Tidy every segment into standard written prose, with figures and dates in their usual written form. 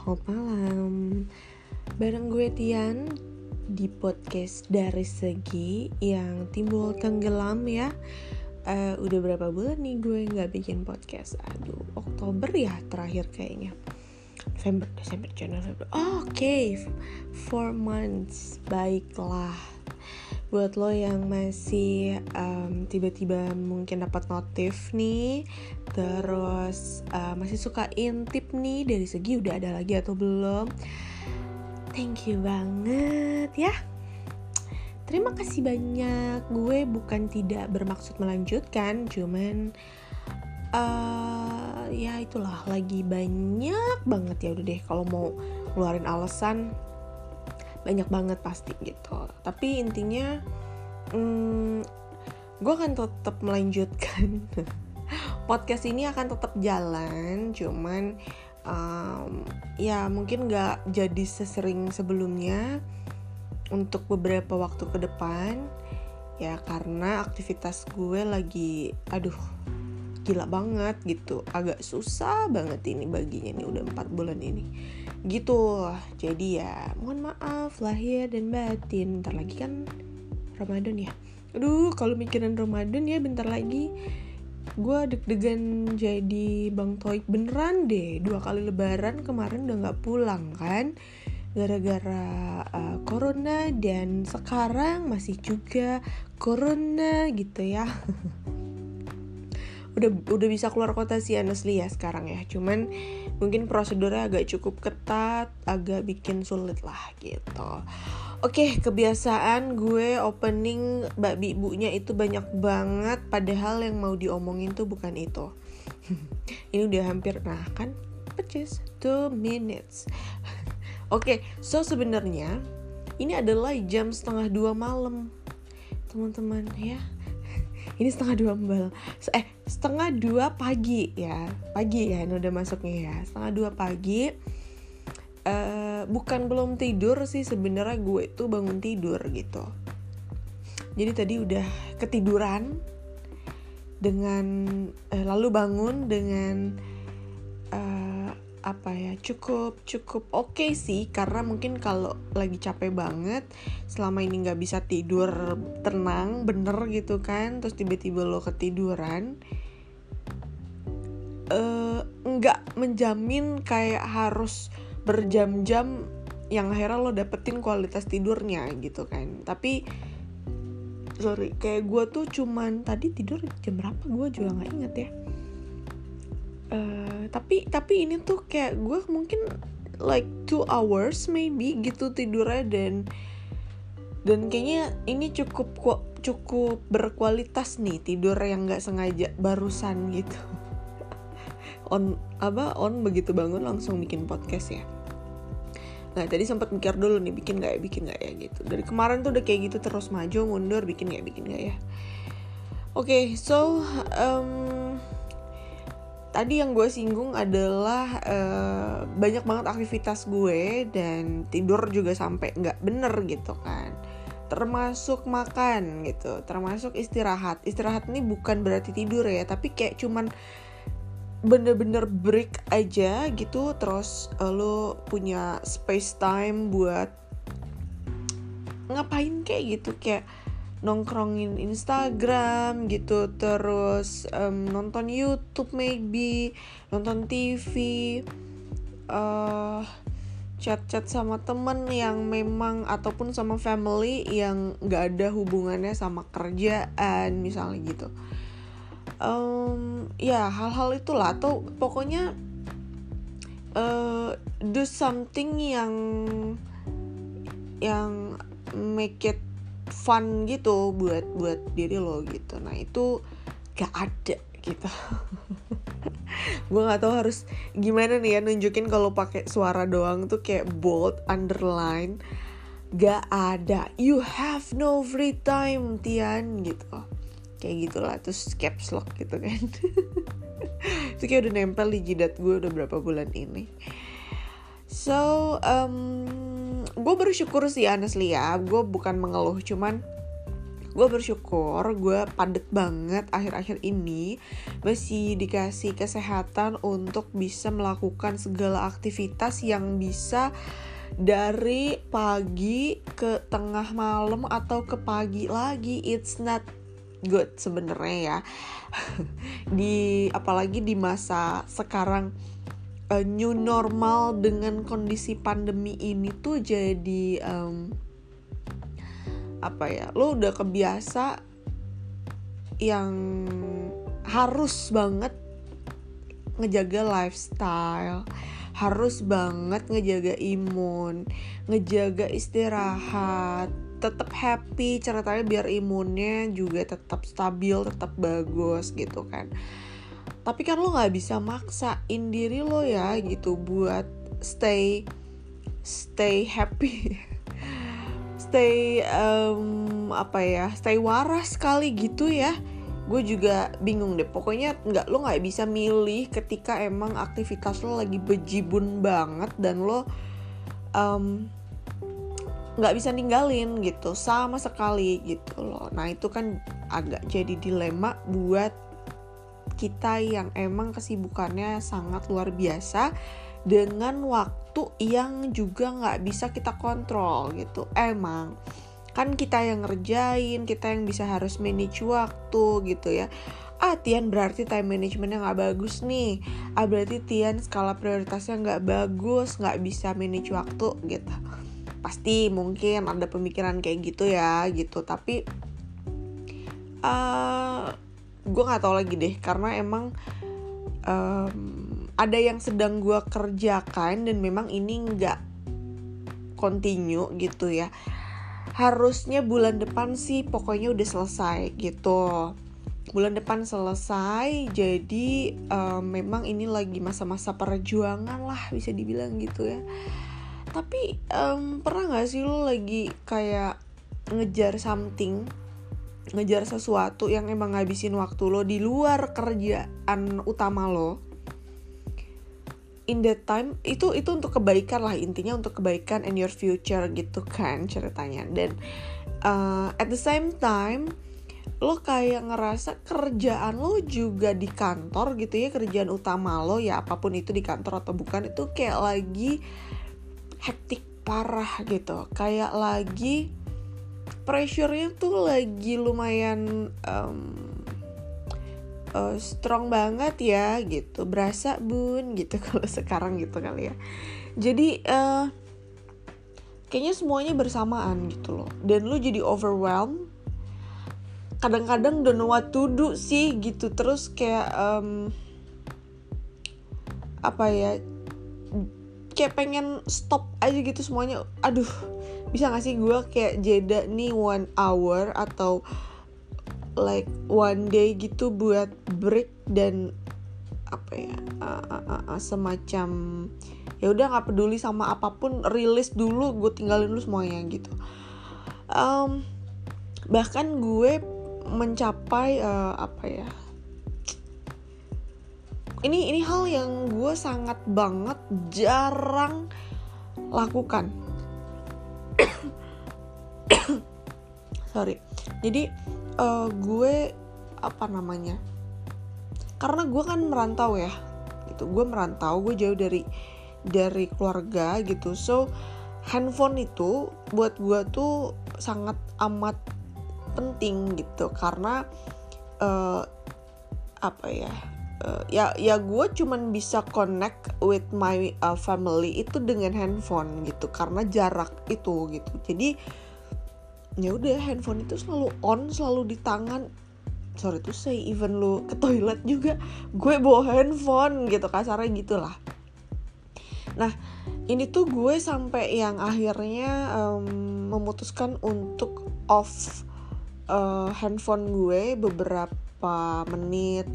selamat malam. Bareng gue Tian di podcast Dari Segi yang timbul tenggelam ya. Udah berapa bulan nih gue gak bikin podcast. Oktober ya terakhir kayaknya. November, Desember, Januari, Februari. Oke, 4 months. Baiklah. Buat lo yang masih tiba-tiba mungkin dapat notif nih, terus masih suka intip nih Dari Segi udah ada lagi atau belum, thank you banget ya. Terima kasih banyak. Gue bukan tidak bermaksud melanjutkan, cuman ya itulah, lagi banyak banget ya. Udah deh, kalau mau ngeluarin alasan banyak banget pasti gitu. Tapi intinya gue akan tetap melanjutkan. Podcast ini akan tetap jalan, cuman ya mungkin gak jadi sesering sebelumnya untuk beberapa waktu ke depan. Ya karena aktivitas gue lagi gila banget gitu. Agak susah banget ini baginya nih, udah 4 bulan ini gitu. Jadi ya mohon maaf lahir dan batin. Bentar lagi kan Ramadan ya. Kalau mikirin Ramadan ya bentar lagi gue deg-degan jadi Bang Toib beneran deh. 2 kali lebaran kemarin udah gak pulang kan, gara-gara corona, dan sekarang masih juga corona gitu ya. Udah bisa keluar kota sih honestly ya sekarang ya. Cuman mungkin prosedurnya agak cukup ketat, agak bikin sulit lah gitu. Oke, kebiasaan gue opening babi ibunya itu banyak banget, padahal yang mau diomongin tuh bukan itu. Ini udah hampir, kan pecis 2 minutes. Oke, so sebenarnya ini adalah jam 1:30 malam teman-teman ya. Ini 1:30 malam. 1:30 pagi ya. Pagi ya, ini udah masuknya ya. 1:30 pagi. Bukan belum tidur sih sebenarnya, gue tuh bangun tidur gitu. Jadi tadi udah ketiduran dengan lalu bangun dengan cukup oke sih, karena mungkin kalau lagi capek banget selama ini nggak bisa tidur tenang bener gitu kan, terus tiba-tiba lo ketiduran, nggak menjamin kayak harus berjam-jam yang akhirnya lo dapetin kualitas tidurnya gitu kan. Tapi kayak gue tuh cuman tadi tidur jam berapa gue juga nggak inget ya. Tapi ini tuh kayak gue mungkin like 2 hours maybe gitu tidurnya, dan kayaknya ini cukup berkualitas nih tidur yang nggak sengaja barusan gitu. on begitu bangun langsung bikin podcast ya. Nah tadi sempat mikir dulu nih bikin nggak ya gitu. Dari kemarin tuh udah kayak gitu terus maju mundur, bikin nggak ya. Oke, so tadi yang gue singgung adalah banyak banget aktivitas gue, dan tidur juga sampai nggak bener gitu kan. Termasuk makan gitu, termasuk istirahat. Istirahat ini bukan berarti tidur ya, tapi kayak cuman bener-bener break aja gitu. Terus lo punya space time buat ngapain kayak gitu, kayak nongkrongin Instagram gitu, terus nonton YouTube maybe, nonton TV, chat-chat sama temen yang memang, ataupun sama family yang gak ada hubungannya sama kerjaan misalnya gitu. Ya hal-hal itulah, atau pokoknya do something yang make it fun gitu buat diri lo gitu. Nah itu gak ada gitu. Gue nggak tahu harus gimana nih ya nunjukin kalau pakai suara doang tuh kayak bold, underline, gak ada. You have no free time Tian gitu, kayak gitulah. Terus caps lock gitu kan. Itu kayak udah nempel di jidat gue udah berapa bulan ini. So gue bersyukur sih honestly ya. Gue bukan mengeluh, cuman gue bersyukur gue padet banget akhir-akhir ini masih dikasih kesehatan untuk bisa melakukan segala aktivitas yang bisa dari pagi ke tengah malam atau ke pagi lagi. It's not good sebenarnya ya. Apalagi di masa sekarang new normal dengan kondisi pandemi ini tuh jadi lo udah kebiasa yang harus banget ngejaga lifestyle, harus banget ngejaga imun, ngejaga istirahat, tetap happy ceritanya biar imunnya juga tetap stabil, tetap bagus gitu kan. Tapi kan lo nggak bisa maksain diri lo ya gitu buat stay happy. Stay waras kali gitu ya. Gue juga bingung deh. Pokoknya lo nggak bisa milih ketika emang aktivitas lo lagi bejibun banget dan lo nggak bisa ninggalin gitu sama sekali gitu loh. Nah itu kan agak jadi dilema buat kita yang emang kesibukannya sangat luar biasa dengan waktu yang juga nggak bisa kita kontrol gitu. Emang kan kita yang ngerjain, kita yang bisa harus manage waktu gitu ya. Tian berarti time managementnya nggak bagus nih. Berarti Tian skala prioritasnya nggak bagus, nggak bisa manage waktu gitu. Pasti mungkin ada pemikiran kayak gitu ya gitu. Tapi gue nggak tahu lagi deh karena emang ada yang sedang gue kerjakan dan memang ini nggak continue gitu ya. Harusnya bulan depan sih pokoknya udah selesai gitu. Bulan depan selesai, jadi memang ini lagi masa-masa perjuangan lah bisa dibilang gitu ya. Tapi pernah gak sih lo lagi kayak ngejar sesuatu yang emang ngabisin waktu lo di luar kerjaan utama lo? In that time itu untuk kebaikan lah, intinya untuk kebaikan and your future gitu kan ceritanya. Dan at the same time lo kayak ngerasa kerjaan lo juga di kantor gitu ya, kerjaan utama lo ya apapun itu di kantor atau bukan, itu kayak lagi hektik parah gitu, kayak lagi pressure-nya tuh lagi lumayan strong banget ya gitu, berasa bun gitu kalau sekarang gitu kali ya. Jadi kayaknya semuanya bersamaan gitu loh, dan lo jadi overwhelmed. Kadang-kadang don't know what to do sih gitu, terus kayak kayak pengen stop aja gitu semuanya. Aduh, bisa gak sih gue kayak jeda nih 1 hour atau like one day gitu buat break dan semacam ya udah nggak peduli sama apapun, rilis dulu, gue tinggalin dulu semuanya gitu. Bahkan gue mencapai ini hal yang gue sangat banget jarang lakukan. Sorry. Jadi gue karena gue kan merantau ya gitu, gue jauh dari keluarga gitu, so handphone itu buat gue tuh sangat amat penting gitu, karena ya gue cuman bisa connect with my family itu dengan handphone gitu, karena jarak itu gitu. Jadi ya udah, handphone itu selalu on, selalu di tangan. Sorry to say, even lu ke toilet juga gue bawa handphone gitu, kasarnya gitulah. Nah ini tuh gue sampai yang akhirnya memutuskan untuk off handphone gue beberapa menit,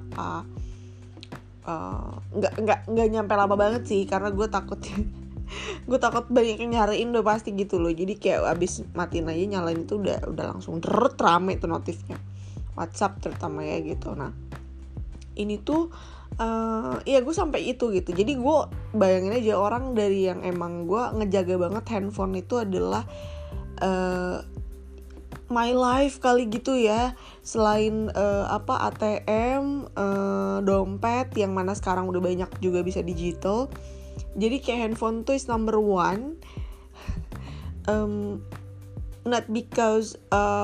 nggak nyampe lama banget sih, karena gue takut banyak yang nyariin udah pasti gitu loh. Jadi kayak abis matiin aja, nyalain itu udah langsung rame tuh notifnya, WhatsApp terutama ya gitu. Nah ini tuh ya gue sampai itu gitu. Jadi gue bayangin aja orang dari yang emang gue ngejaga banget handphone itu adalah my life kali gitu ya, selain ATM, dompet yang mana sekarang udah banyak juga bisa digital. Jadi kayak handphone tuh is number one. Not because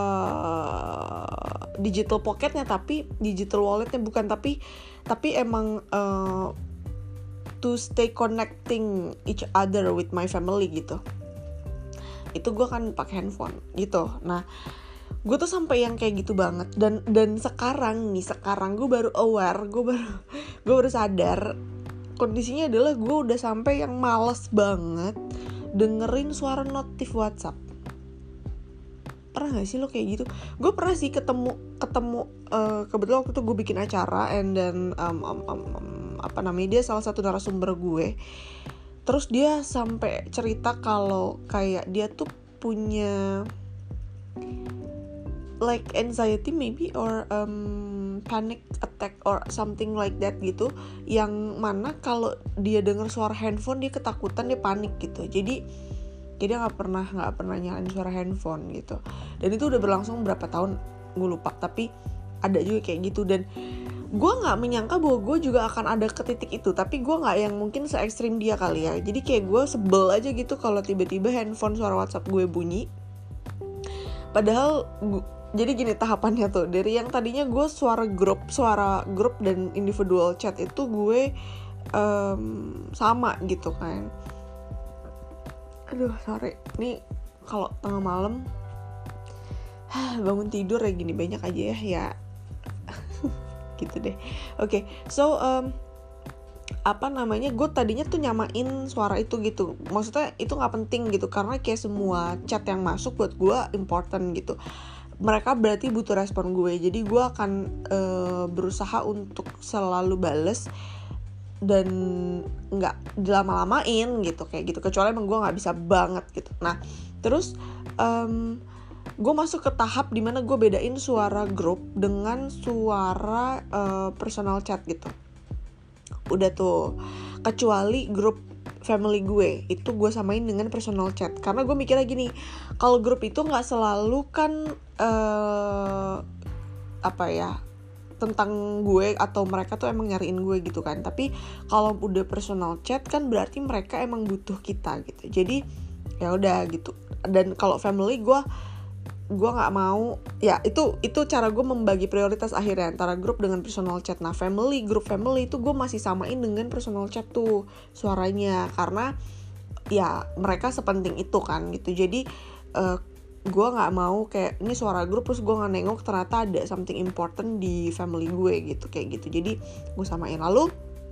digital pocketnya, tapi digital walletnya bukan, tapi emang to stay connecting each other with my family gitu. Itu gue kan pakai handphone gitu. Nah, gue tuh sampai yang kayak gitu banget, dan sekarang gue baru aware, gue baru sadar kondisinya adalah gue udah sampai yang males banget dengerin suara notif WhatsApp. Pernah gak sih lo kayak gitu? Gue pernah sih ketemu kebetulan waktu itu gue bikin acara, and then dia salah satu narasumber gue. Terus dia sampai cerita kalau kayak dia tuh punya like anxiety maybe or panic attack or something like that gitu, yang mana kalau dia dengar suara handphone dia ketakutan, dia panik gitu. Jadi dia nggak pernah nyalain suara handphone gitu. Dan itu udah berlangsung berapa tahun gue lupa, tapi ada juga kayak gitu. Dan gue nggak menyangka bahwa gue juga akan ada ke titik itu, tapi gue nggak yang mungkin se ekstrim dia kali ya. Jadi kayak gue sebel aja gitu kalau tiba-tiba handphone suara WhatsApp gue bunyi. Padahal jadi gini tahapannya tuh, dari yang tadinya gue suara grup dan individual chat itu gue sama gitu kan. Aduh sorry, ini kalau tengah malam bangun tidur ya gini banyak aja ya gitu deh. Oke, so gue tadinya tuh nyamain suara itu gitu. Maksudnya itu nggak penting gitu, karena kayak semua chat yang masuk buat gue important gitu. Mereka berarti butuh respon gue, jadi gue akan berusaha untuk selalu bales dan nggak dilama-lamain gitu kayak gitu. Kecuali emang gue nggak bisa banget gitu. Nah terus gue masuk ke tahap dimana gue bedain suara grup dengan suara personal chat gitu. Udah tuh, kecuali grup family gue itu gue samain dengan personal chat, karena gue mikirnya gini, kalau grup itu nggak selalu kan tentang gue atau mereka tuh emang nyariin gue gitu kan. Tapi kalau udah personal chat kan berarti mereka emang butuh kita gitu. Jadi ya udah gitu. Dan kalau family gue nggak mau ya, itu cara gue membagi prioritas akhirnya antara grup dengan personal chat. Nah grup family itu gue masih samain dengan personal chat tuh suaranya, karena ya mereka sepenting itu kan gitu. Jadi gue nggak mau kayak ini suara grup terus gue nggak nengok ternyata ada something important di family gue gitu kayak gitu. Jadi gue samain. Lalu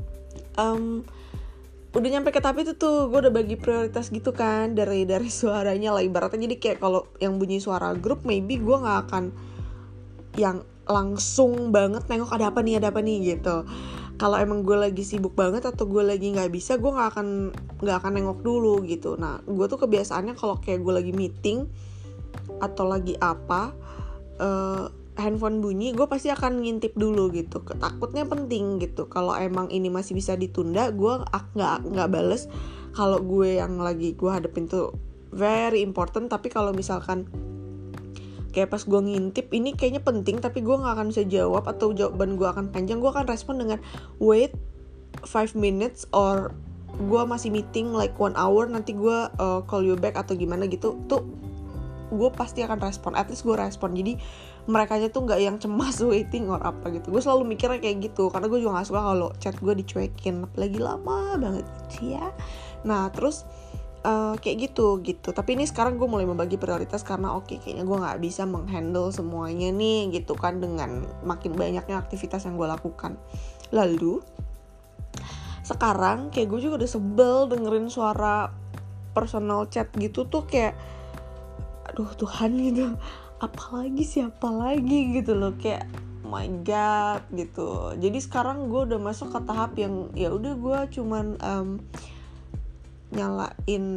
udah nyampe ke tahap itu tuh gue udah bagi prioritas gitu kan dari suaranya lah ibaratnya. Jadi kayak kalau yang bunyi suara grup maybe gue nggak akan yang langsung banget nengok ada apa nih gitu. Kalau emang gue lagi sibuk banget atau gue lagi nggak bisa, gue nggak akan nengok dulu gitu. Nah gue tuh kebiasaannya kalau kayak gue lagi meeting atau lagi handphone bunyi, gue pasti akan ngintip dulu gitu. Takutnya penting gitu. Kalau emang ini masih bisa ditunda, gue nggak bales. Kalau gue yang lagi gue hadepin tuh very important. Tapi kalau misalkan kayak pas gue ngintip ini kayaknya penting tapi gue nggak akan bisa jawab atau jawaban gue akan panjang, gue akan respon dengan wait 5 minutes or gue masih meeting like 1 hour, nanti gue call you back atau gimana gitu. Tuh gue pasti akan respon, at least gue respon. Jadi merekanya tuh nggak yang cemas waiting or apa gitu. Gue selalu mikirnya kayak gitu karena gue juga nggak suka kalau chat gue dicuekin apalagi lama banget gitu ya. Nah terus kayak gitu. Tapi ini sekarang gue mulai membagi prioritas karena kayaknya gue nggak bisa menghandle semuanya nih gitu kan dengan makin banyaknya aktivitas yang gue lakukan. Lalu sekarang kayak gue juga udah sebel dengerin suara personal chat gitu tuh kayak aduh Tuhan gitu, siapa lagi gitu loh, kayak oh my god gitu. Jadi sekarang gue udah masuk ke tahap yang ya udah gue cuman nyalain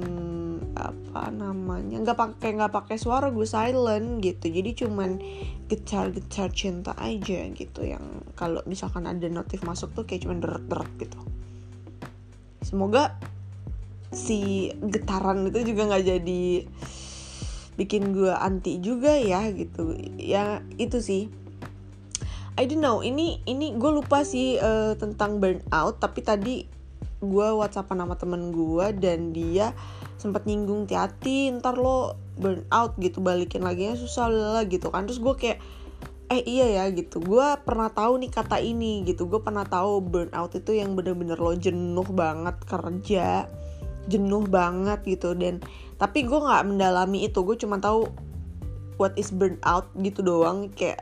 nggak pakai suara, gue silent gitu. Jadi cuman getar cinta aja gitu, yang kalau misalkan ada notif masuk tuh kayak cuman deret gitu. Semoga si getaran itu juga nggak jadi bikin gue anti juga ya gitu. Ya itu sih, I don't know, ini gue lupa sih tentang burnout. Tapi tadi gue WhatsAppan sama temen gue dan dia sempat nyinggung, hati-hati ntar lo burnout gitu, balikin lagi susah lah gitu kan. Terus gue kayak iya ya gitu, gue pernah tahu nih kata ini gitu. Gue pernah tahu burnout itu yang bener-bener lo jenuh banget kerja, jenuh banget gitu. Dan tapi gue nggak mendalami itu, gue cuma tahu what is burnout gitu doang. Kayak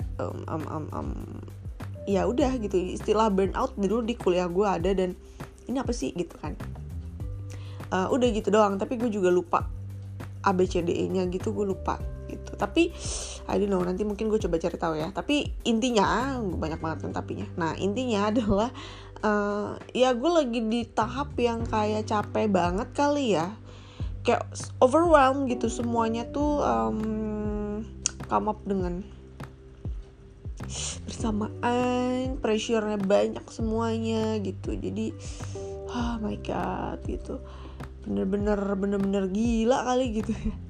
ya udah gitu, istilah burnout dulu di kuliah gue ada, dan ini apa sih gitu kan. Udah gitu doang, tapi gue juga lupa ABCDE-nya gitu, gue lupa gitu. Tapi I don't know, nanti mungkin gue coba cari tahu ya. Tapi intinya, banyak banget kan tapinya. Nah intinya adalah ya gue lagi di tahap yang kayak capek banget kali ya, kayak overwhelmed gitu. Semuanya tuh come up dengan bersamaan, pressure-nya banyak semuanya gitu. Jadi oh my god gitu, bener-bener gila kali gitu ya.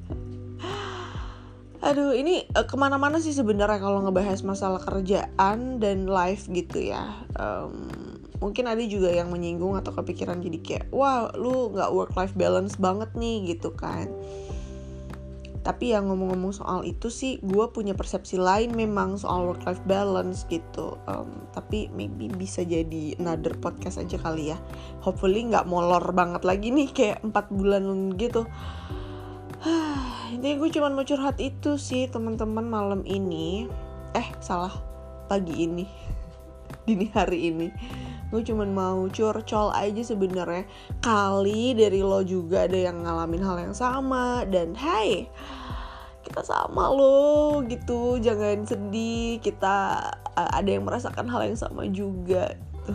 Aduh, ini kemana-mana sih sebenarnya kalau ngebahas masalah kerjaan dan life gitu ya. Mungkin ada juga yang menyinggung atau kepikiran jadi kayak, wah lu gak work-life balance banget nih gitu kan. Tapi ya ngomong-ngomong soal itu sih, gue punya persepsi lain memang soal work-life balance gitu. Tapi maybe bisa jadi another podcast aja kali ya. Hopefully gak molor banget lagi nih kayak 4 bulan gitu. Intinya gue cuma mau curhat itu sih teman-teman malam ini. Pagi ini dini hari ini. Gue cuma mau curcol aja sebenarnya. Kali dari lo juga ada yang ngalamin hal yang sama. Dan hai, kita sama lo gitu, jangan sedih. Kita ada yang merasakan hal yang sama juga gitu.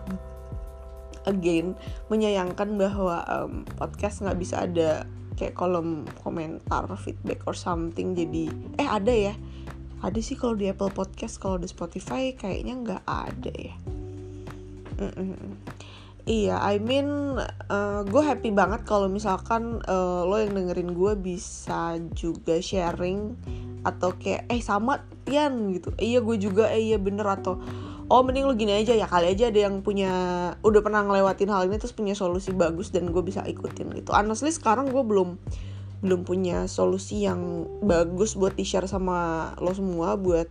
Again, menyayangkan bahwa podcast gak bisa ada kayak kolom komentar, feedback or something. Jadi ada sih kalau di Apple Podcast. Kalau di Spotify kayaknya nggak ada ya. Iya, I mean gue happy banget kalau misalkan lo yang dengerin gue bisa juga sharing atau kayak sama Tian gitu. Iya gue juga, iya bener, atau mending lu gini aja ya, kali aja ada yang udah pernah ngelewatin hal ini terus punya solusi bagus dan gue bisa ikutin gitu. Honestly sekarang gue belum punya solusi yang bagus buat di-share sama lo semua, buat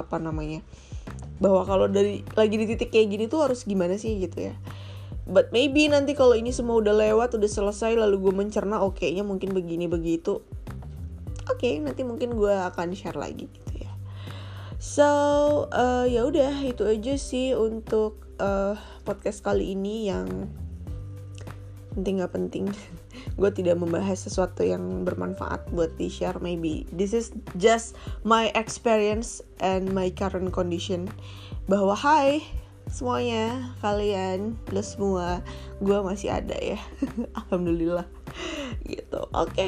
bahwa kalau lagi di titik kayak gini tuh harus gimana sih gitu ya. But maybe nanti kalau ini semua udah lewat, udah selesai, lalu gue mencerna nya mungkin begini begitu. Nanti mungkin gue akan share lagi gitu ya. So ya udah itu aja sih untuk podcast kali ini yang penting gak penting. Gue tidak membahas sesuatu yang bermanfaat buat di share. Maybe this is just my experience and my current condition, bahwa hai semuanya, kalian lo semua, gue masih ada ya. Alhamdulillah gitu.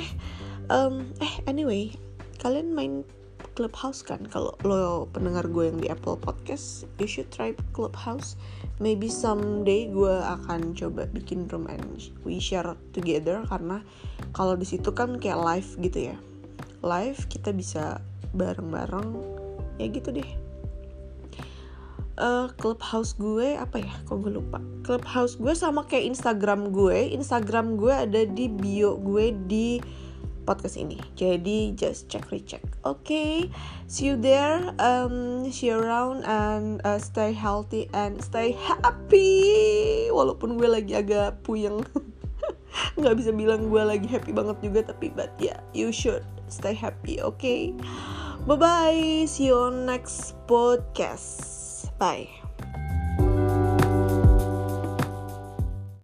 Anyway, kalian main Clubhouse kan? Kalau lo pendengar gue yang di Apple Podcast, you should try Clubhouse. Maybe someday gue akan coba bikin room and we share together, karena kalau di situ kan kayak live gitu ya. Live kita bisa bareng-bareng ya gitu deh. Clubhouse gue apa ya? Kok gue lupa. Clubhouse gue sama kayak Instagram gue. Instagram gue ada di bio gue di podcast ini. Jadi just recheck. See you there. See you around and stay healthy and stay happy. Walaupun gue lagi agak puyeng. Nggak bisa bilang gue lagi happy banget juga, tapi but yeah, you should stay happy. Bye bye. See you on next podcast. Bye.